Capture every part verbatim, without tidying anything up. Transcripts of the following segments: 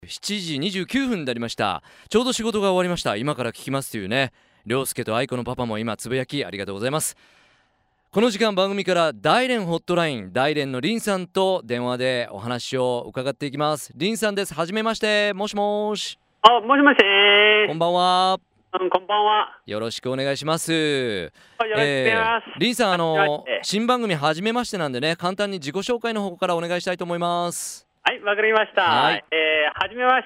しちじにじゅうきゅうふんになりました。ちょうど仕事が終わりました。今から聞きますというね、涼介と愛子のパパも今つぶやきありがとうございます。この時間番組から大連ホットライン大連のリンさんと電話でお話を伺っていきます。リンさんです。はじめまして。もしもし。 あ、もしもし。 こんばんは。 うん、こんばんは。 よろしくお願いします。 よろしくお願いします。 リンさん、あのはじめまして新番組はじめましてなんでね、簡単に自己紹介の方からお願いしたいと思います。 はい、わかりました。 ははいい、えー、はじめまして、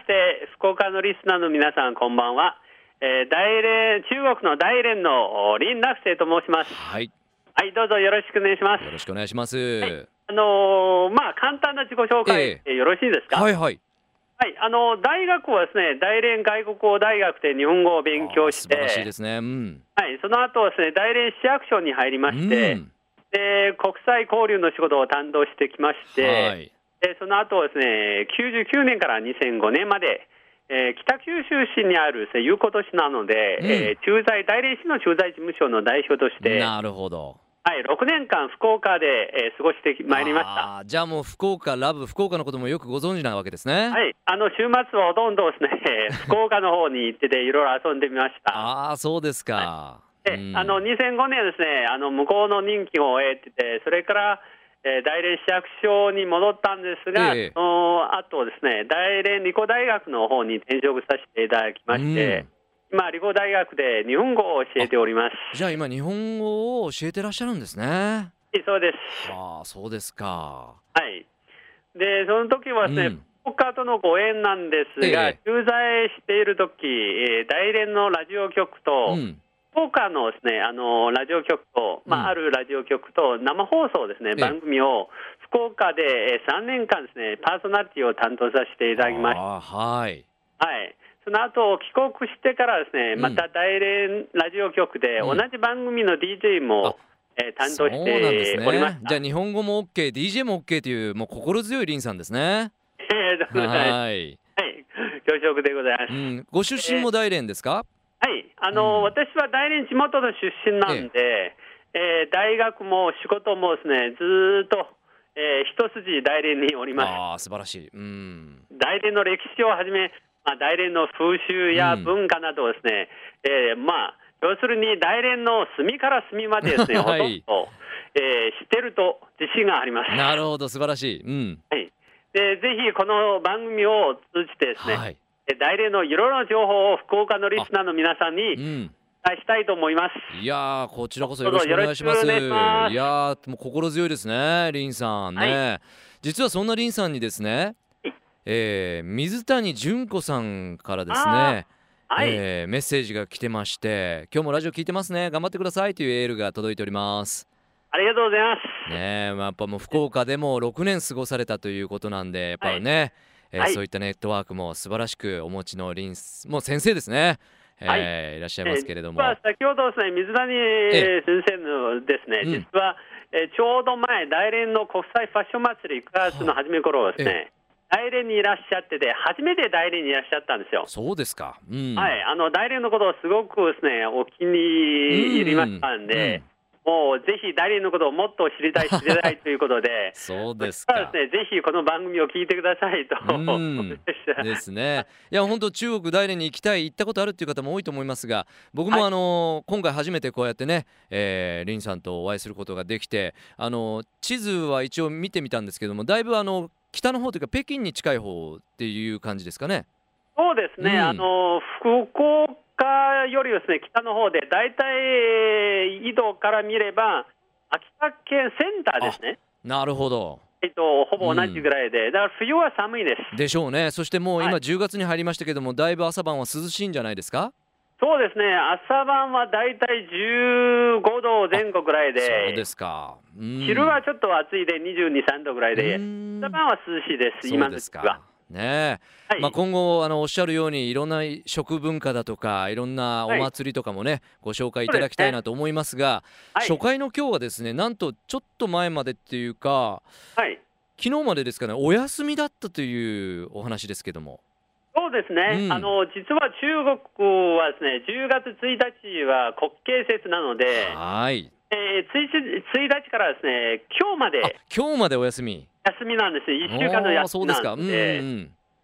福岡のリスナーの皆さん、こんばんは。えー、大連、中国の大連の林楽生と申します。 はい、 はい、どうぞよろしくお願いします。 よろしくお願いします。 はいあのー、まあ、簡単な自己紹介えでよろしいですか。 はいはい。 はい、あの大学はですね、大連外国語大学で日本語を勉強しあー素晴らしいて、 ですね。うん。 はい、その後はですね、大連市役所に入りまして、 うんで国際交流の仕事を担当してきまして、 はい。 でその後はですね、きゅうじゅうきゅうねんからにせんごねんまで、えー北九州市にあるですね、有効都市なので、 うんえー駐在大連市の駐在事務所の代表として、 なるほど。 はい、ろくねんかん福岡で、えー過ごしてまいりました。 あーじゃあもう福岡ラブ福岡のこともよくご存知なわけですね。 はい、あの週末はほとんどですね、福岡の方に行ってていろいろ遊んでみました。 ああそうですか。 でうんあのにせんごねんですね、あの向こうの任期を終えてて、それから、えー大連市役所に戻ったんですが、 ええその後ですね、大連理工大学の方に転職させていただきまして、 うん今、理工大学で日本語を教えております。 じゃあ今日本語を教えてらっしゃるんですね。 はいそうです。 ああそうですか。 はい。で、その時はですね、 うん福岡とのご縁なんですが、 ええ駐在している時、えー大連のラジオ局と、 うん福岡のですね、あのラジオ局と、まあうんあるラジオ局と生放送ですね、 え番組を福岡でえーさんねんかんですね、パーソナリティを担当させていただきました。 あーはい。 はい。その後帰国してからですね、 うんまた大連ラジオ局でうん同じ番組の ディージェー も、えー担当しそうなんですておりましね。 た。 じゃあ日本語も OK、ディージェー も OK というもう心強いリンさんですね。 えーどうもはい、 はい。 恐縮でございます。 うんご出身も大連ですか。 はい、あの、 うん私は大連地元の出身なんで、えー大学も仕事もですね、ずーっと、えー一筋大連におります。 ああ素晴らしい。うん大連の歴史をはじめ、まあ、大連の風習やうん文化などをですね、えーまあ、要するに大連の隅から隅までですね、 はいほとんど、えー知ってると自信があります。 なるほど素晴らしい。うんはい、でぜひこの番組を通じてですね、 はい。 えー大連のいろいろな情報を福岡のリスナーの皆さんにう伝ん。 えしたいと思います。 いやーこちらこそよろしくお願いします。 どうぞよろしくお願いしますいやーもう心強いですねリンさんね、 は実はそんなリンさんにですね、えー水谷純子さんからですあね、 はい、 えーメッセージが来てまして、今日もラジオ聞いてますね頑張ってくださいというエールが届いております。 ありがとうございます。 ねえ、まあ、やっぱもう福岡でもろくねん過ごされたということなんでやっぱね、えーはいそういったネットワークも素晴らしくお持ちのリンスもう先生ですね、えーはいいらっしゃいますけれども、 えー実は先ほどですね、水谷え先生のですね、 うん実は、えーちょうど前、大連の国際ファッション祭りくがつの初め頃ですね、大連にいらっしゃってて、初めて大連にいらっしゃったんですよ。 そうですか、うんはい、あの大連のことをすごくですね、お気に入りましたんで、もうぜひ大連のことをもっと知りたい、知りたいということで、 そうですそしたらかですね、ぜひこの番組を聞いてくださいとうんですね。いや本当中国大連に行きたい行ったことあるっていう方も多いと思いますが、僕もはいあの今回初めてこうやってね、えー、リンさんとお会いすることができて、あの地図は一応見てみたんですけども、だいぶあの北の方というか北京に近い方っていう感じですかね。 そうですね、 うんあの福岡よりですね北の方で、大体えー緯度から見れば、秋田県センターですね、 なるほどえっと、ほぼ同じぐらいで、だから冬は寒いです。 でしょうね。そしてもう今はいじゅうがつに入りましたけども、だいぶ朝晩は涼しいんじゃないですか。 そうですね、朝晩は大体じゅうごどぜん後ぐらいそうで、 ですか、うん昼はちょっと暑いでにじゅうに、さんどぐらいで、 うん朝晩は涼しいです、今の時期は。 ねえ、 はいまあ、今後あのおっしゃるようにいろんな食文化だとかいろんなお祭りとかもね、ご紹介いただきたいなと思いますが、 はい初回の今日はですね、なんとちょっと前までっていうかはい昨日までですかね、お休みだったというお話ですけども。 そうですね、 うんあの実は中国はですね、じゅうがつついたちは国慶節なので、 はいえー、ついたちからですね、今日まであ今日までお休み。 休みなんですよ、いっしゅうかんのおー休みそうですか。うんなんで、 うん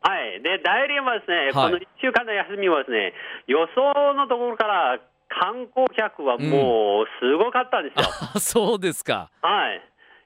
はい、で大連はですね、 はい、 このいっしゅうかんの休みはですね、予想のところから観光客はもうすごかったんですよ。 うん、そうですか。 はい、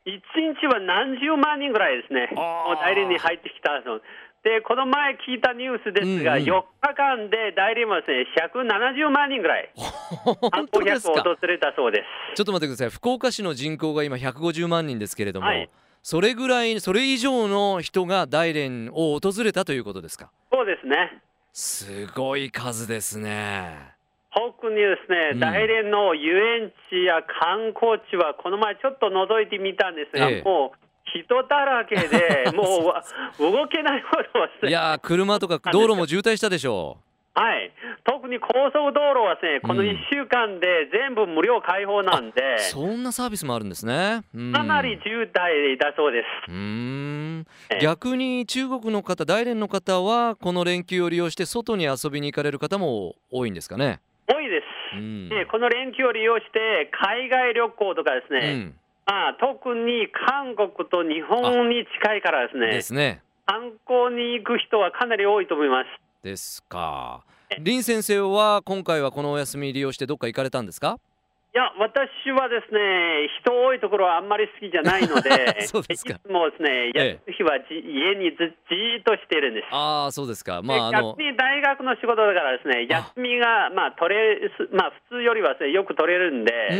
いちにちは何十万人ぐらいですね、もう大連に入ってきたので、この前聞いたニュースですが、うんうん、よっかかんで大連はですね、ひゃくななじゅうまんにんぐらい観光客を訪れたそうです。 ちょっと待ってください。福岡市の人口が今ひゃくごじゅうまんにんですけれども、はい、それぐらい、それ以上の人が大連を訪れたということですか？ そうですね。 すごい数ですね。 特にですね、うん、大連の遊園地や観光地はこの前ちょっと覗いてみたんですが、ええ、もう人だらけでもう動けないほどですね。 いやー、車とか道路も渋滞したでしょう。はい、特に高速道路はですね、このいっしゅうかんで全部無料開放なんで、うん、 そんなサービスもあるんですね。うん、 かなり渋滞だそうです。 うーん、逆に中国の方、大連の方はこの連休を利用して外に遊びに行かれる方も多いんですかね？ 多いです、うん、でこの連休を利用して海外旅行とかですね、うん、まあ、特に韓国と日本に近いからですね、 ですね、 観光に行く人はかなり多いと思います。 ですか。林先生は今回はこのお休み利用してどっか行かれたんですか？ いや、私はですね、人多いところはあんまり好きじゃないのでそうですか。 いつもですね、休む日はじ、ええ、家にずじーっとしているんです。 ああ、そうですか。まあ、あの逆に大学の仕事だからですね、休みがまあ取れ、まあ、普通よりはですね、よく取れるんで、うんうん、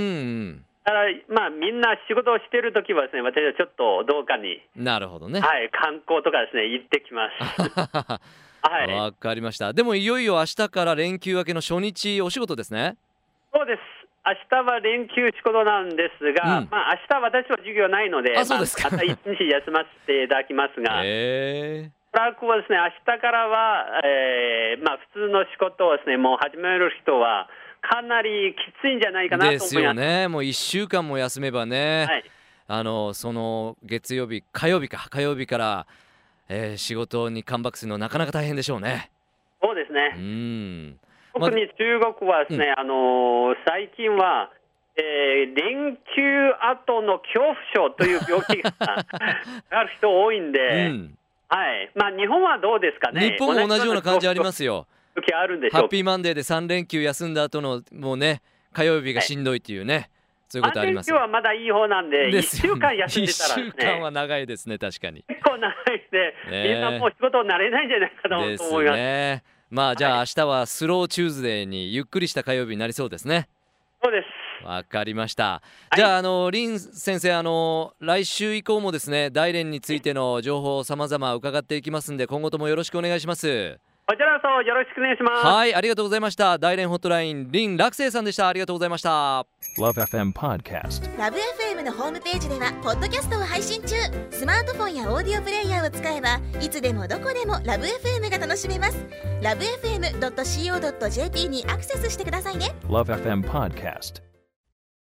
だからまあみんな仕事をしているときはですね、私はちょっとどうかに、 なるほどね、 はい、観光とかですね、行ってきます。はい、 わかりました。でもいよいよ明日から連休明けの初日、お仕事ですね。 そうです。明日は連休仕事なんですが、うん、まあ明日私は授業ないので、 あ、そうですか。 まあ、また一日休ませていただきますが、 えー、 トラックはですね、明日からは、えーまあ、普通の仕事をですね、もう始める人はかなりきついんじゃないかなと思います。 ですよね。もういっしゅうかんも休めばね、はい、あのその月曜日、火曜日か火曜日から、えー、仕事にカムバックするのなかなか大変でしょうね。 そうですね。 うん、 特に中国はですね、うん、あのー、最近は、えー、連休後の恐怖症という病気がある人多いんで、うん、はい、まあ、日本はどうですかね。 日本も同じような感じありますよ。 あるんでしょう。 ハッピーマンデーでさん連休休んだ後のもうね、火曜日がしんどいっていうね、はい、そういうことあります。 さん連休はまだいい方なんで、いっしゅうかん休んでたらですね、 いっしゅうかんは長いですね。確かに結構長いで、ね、みんなもう仕事になれないんじゃないかなと思います。ですね。 まあ、じゃあ明日はスローチューズデーにゆっくりした火曜日になりそうですね。 そうです。 わかりました。じゃあ、あの林先生、あの来週以降もですね、大連についての情報をさまざま伺っていきますんで、今後ともよろしくお願いします。 こちらこそよろしくお願いします。 はい、ありがとうございました。大連ホットライン林楽生さんでした。ありがとうございました。 Love エフエム Podcast Love エフエム のホームページではポッドキャストを配信中。スマートフォンやオーディオプレイヤーを使えばいつでもどこでも ラブエフエム が楽しめます。 ラブエフエムドットシーオードットジェーピー にアクセスしてくださいね。 Love エフエム Podcast